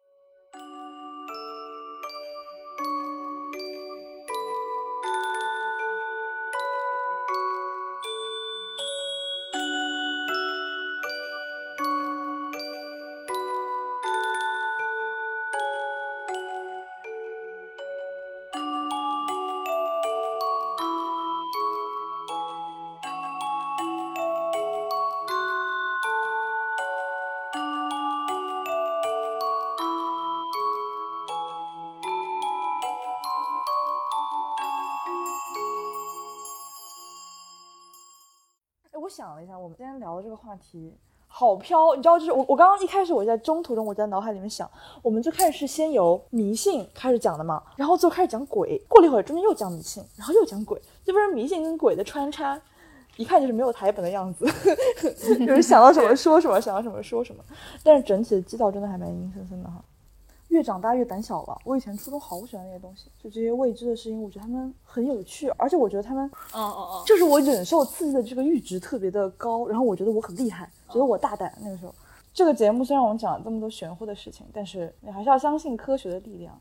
我想了一下，我们今天聊的这个话题好飘，你知道，就是我刚刚一开始我在中途中我在脑海里面想，我们最开始是先由迷信开始讲的嘛，然后最后开始讲鬼，过了一会儿中间又讲迷信，然后又讲鬼，这不是迷信跟鬼的穿插，一看就是没有台本的样子，就是想到什么说什么，想到什么说什么，但是整体的基调真的还蛮阴森森的哈。越长大越胆小了。我以前初中好喜欢那些东西，就这些未知的事情，我觉得他们很有趣，而且我觉得他们，就是我忍受刺激的这个阈值特别的高，然后我觉得我很厉害，觉得我大胆。那个时候，这个节目虽然我们讲了这么多玄乎的事情，但是你还是要相信科学的力量。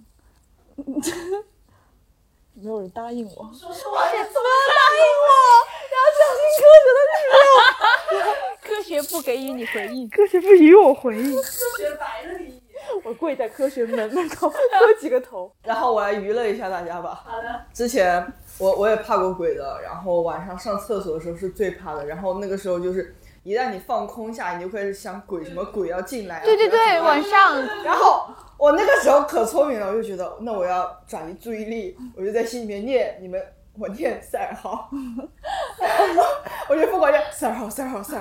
没有人答应我， 说完怎么要答应我？要相信科学的力量。 科学不给予你回应， 科学不予我回应。 科学白了你。 我跪在科学门口磕几个头。 然后我来娱乐一下大家吧。 好的。 之前我也怕过鬼的，然后晚上上厕所的时候是最怕的。然后那个时候就是一旦你放空下，你就会想鬼什么鬼要进来。 对对对，晚上。 然后我那个时候可聪明了，我就觉得那我要转移注意力，我就在心里面念我念赛尔号，我就疯狂念赛尔号。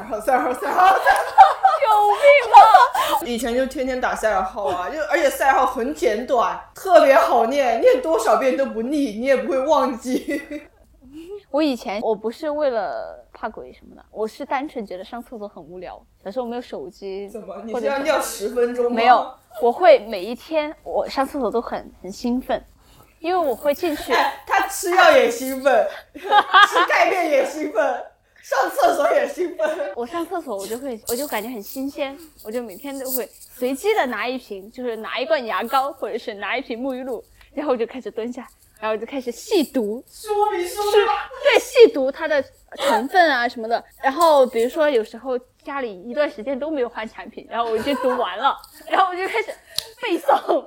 有病吧！ 以前就天天打赛尔号啊，而且赛尔号很简短，特别好念，念多少遍都不腻，你也不会忘记。 我以前我不是为了怕鬼什么的，我是单纯觉得上厕所很无聊。有时候没有手机， 怎么？你是要尿10分钟吗？ 没有，我会每一天我上厕所都很兴奋，因为我会进去。 他吃药也兴奋，吃钙片也兴奋。上厕所也兴奋， 我上厕所我就感觉很新鲜，我就每天都会随机的拿一瓶，就是拿一罐牙膏或者是拿一瓶沐浴露，然后我就开始蹲下，然后就开始细读，对，细读它的成分啊什么的。然后比如说有时候家里一段时间都没有换产品，然后我已经读完了，然后我就开始背诵。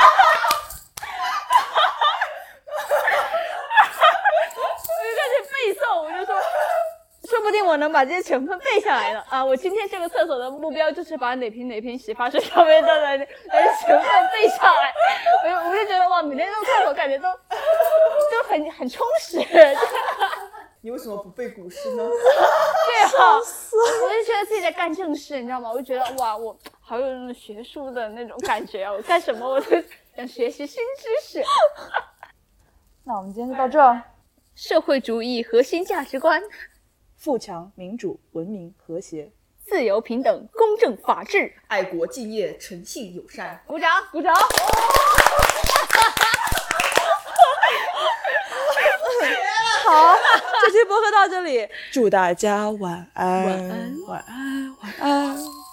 我就说，说不定我能把这些成分背下来了啊！我今天这个厕所的目标就是把哪瓶洗发水上面的成分背下来。我就觉得哇，每天上厕所感觉都很充实。 你为什么不背古诗呢？ 对啊，我就觉得自己在干正事，你知道吗？我就觉得哇，我好有那种学术的那种感觉啊！我干什么我都想学习新知识。 那我们今天就到这儿。 社会主义核心价值观： 富强、民主、文明、和谐、 自由、平等、公正、法治、 爱国敬业、诚信友善。 鼓掌，鼓掌！ 好，这期播客到这里，祝大家晚安，晚安，晚安，晚安。